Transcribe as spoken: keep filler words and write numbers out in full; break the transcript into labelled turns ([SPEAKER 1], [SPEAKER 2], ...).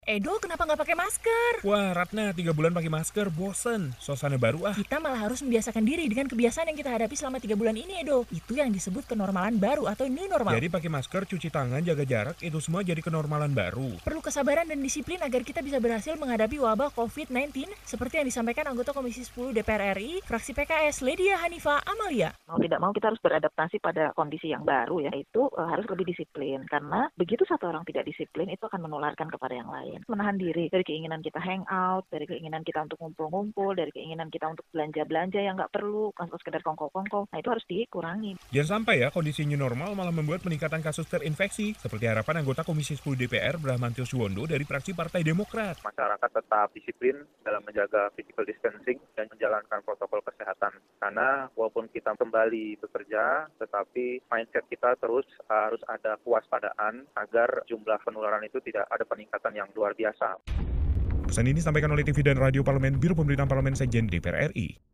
[SPEAKER 1] Edo, kenapa nggak pakai masker?
[SPEAKER 2] Wah, Ratna, tiga bulan pakai masker, bosen. Suasana baru ah.
[SPEAKER 1] Kita malah harus membiasakan diri dengan kebiasaan yang kita hadapi selama tiga bulan ini, Edo. Itu yang disebut kenormalan baru atau new normal.
[SPEAKER 2] Jadi pakai masker, cuci tangan, jaga jarak, itu semua jadi kenormalan baru.
[SPEAKER 1] Perlu kesabaran dan disiplin agar kita bisa berhasil menghadapi wabah covid sembilan belas, seperti yang disampaikan anggota Komisi sepuluh D P R R I, fraksi P K S, Ledia Hanifa Amalia.
[SPEAKER 3] Mau tidak mau kita harus beradaptasi pada kondisi yang baru ya, itu uh, harus lebih disiplin. Karena begitu satu orang tidak disiplin, itu akan menularkan kepada yang lain. Menahan diri dari keinginan kita hangout, dari keinginan kita untuk ngumpul-ngumpul, dari keinginan kita untuk belanja-belanja yang nggak perlu, atau sekedar kongko-kongko. Nah, itu harus dikurangi.
[SPEAKER 2] Jangan sampai ya kondisi new normal malah membuat peningkatan kasus terinfeksi, seperti harapan anggota Komisi sepuluh D P R Bramantyo Suwondo dari fraksi Partai Demokrat.
[SPEAKER 4] Masyarakat tetap disiplin dalam menjaga physical distancing dan menjalankan protokol kesehatan. Karena walaupun kita kembali bekerja, tetapi mindset kita terus harus ada kewaspadaan agar jumlah penularan itu tidak ada peningkatan yang luar biasa.
[SPEAKER 2] Pesan ini disampaikan oleh T V dan Radio Parlemen Biro Pemberitaan Parlemen Sekjen D P R R I.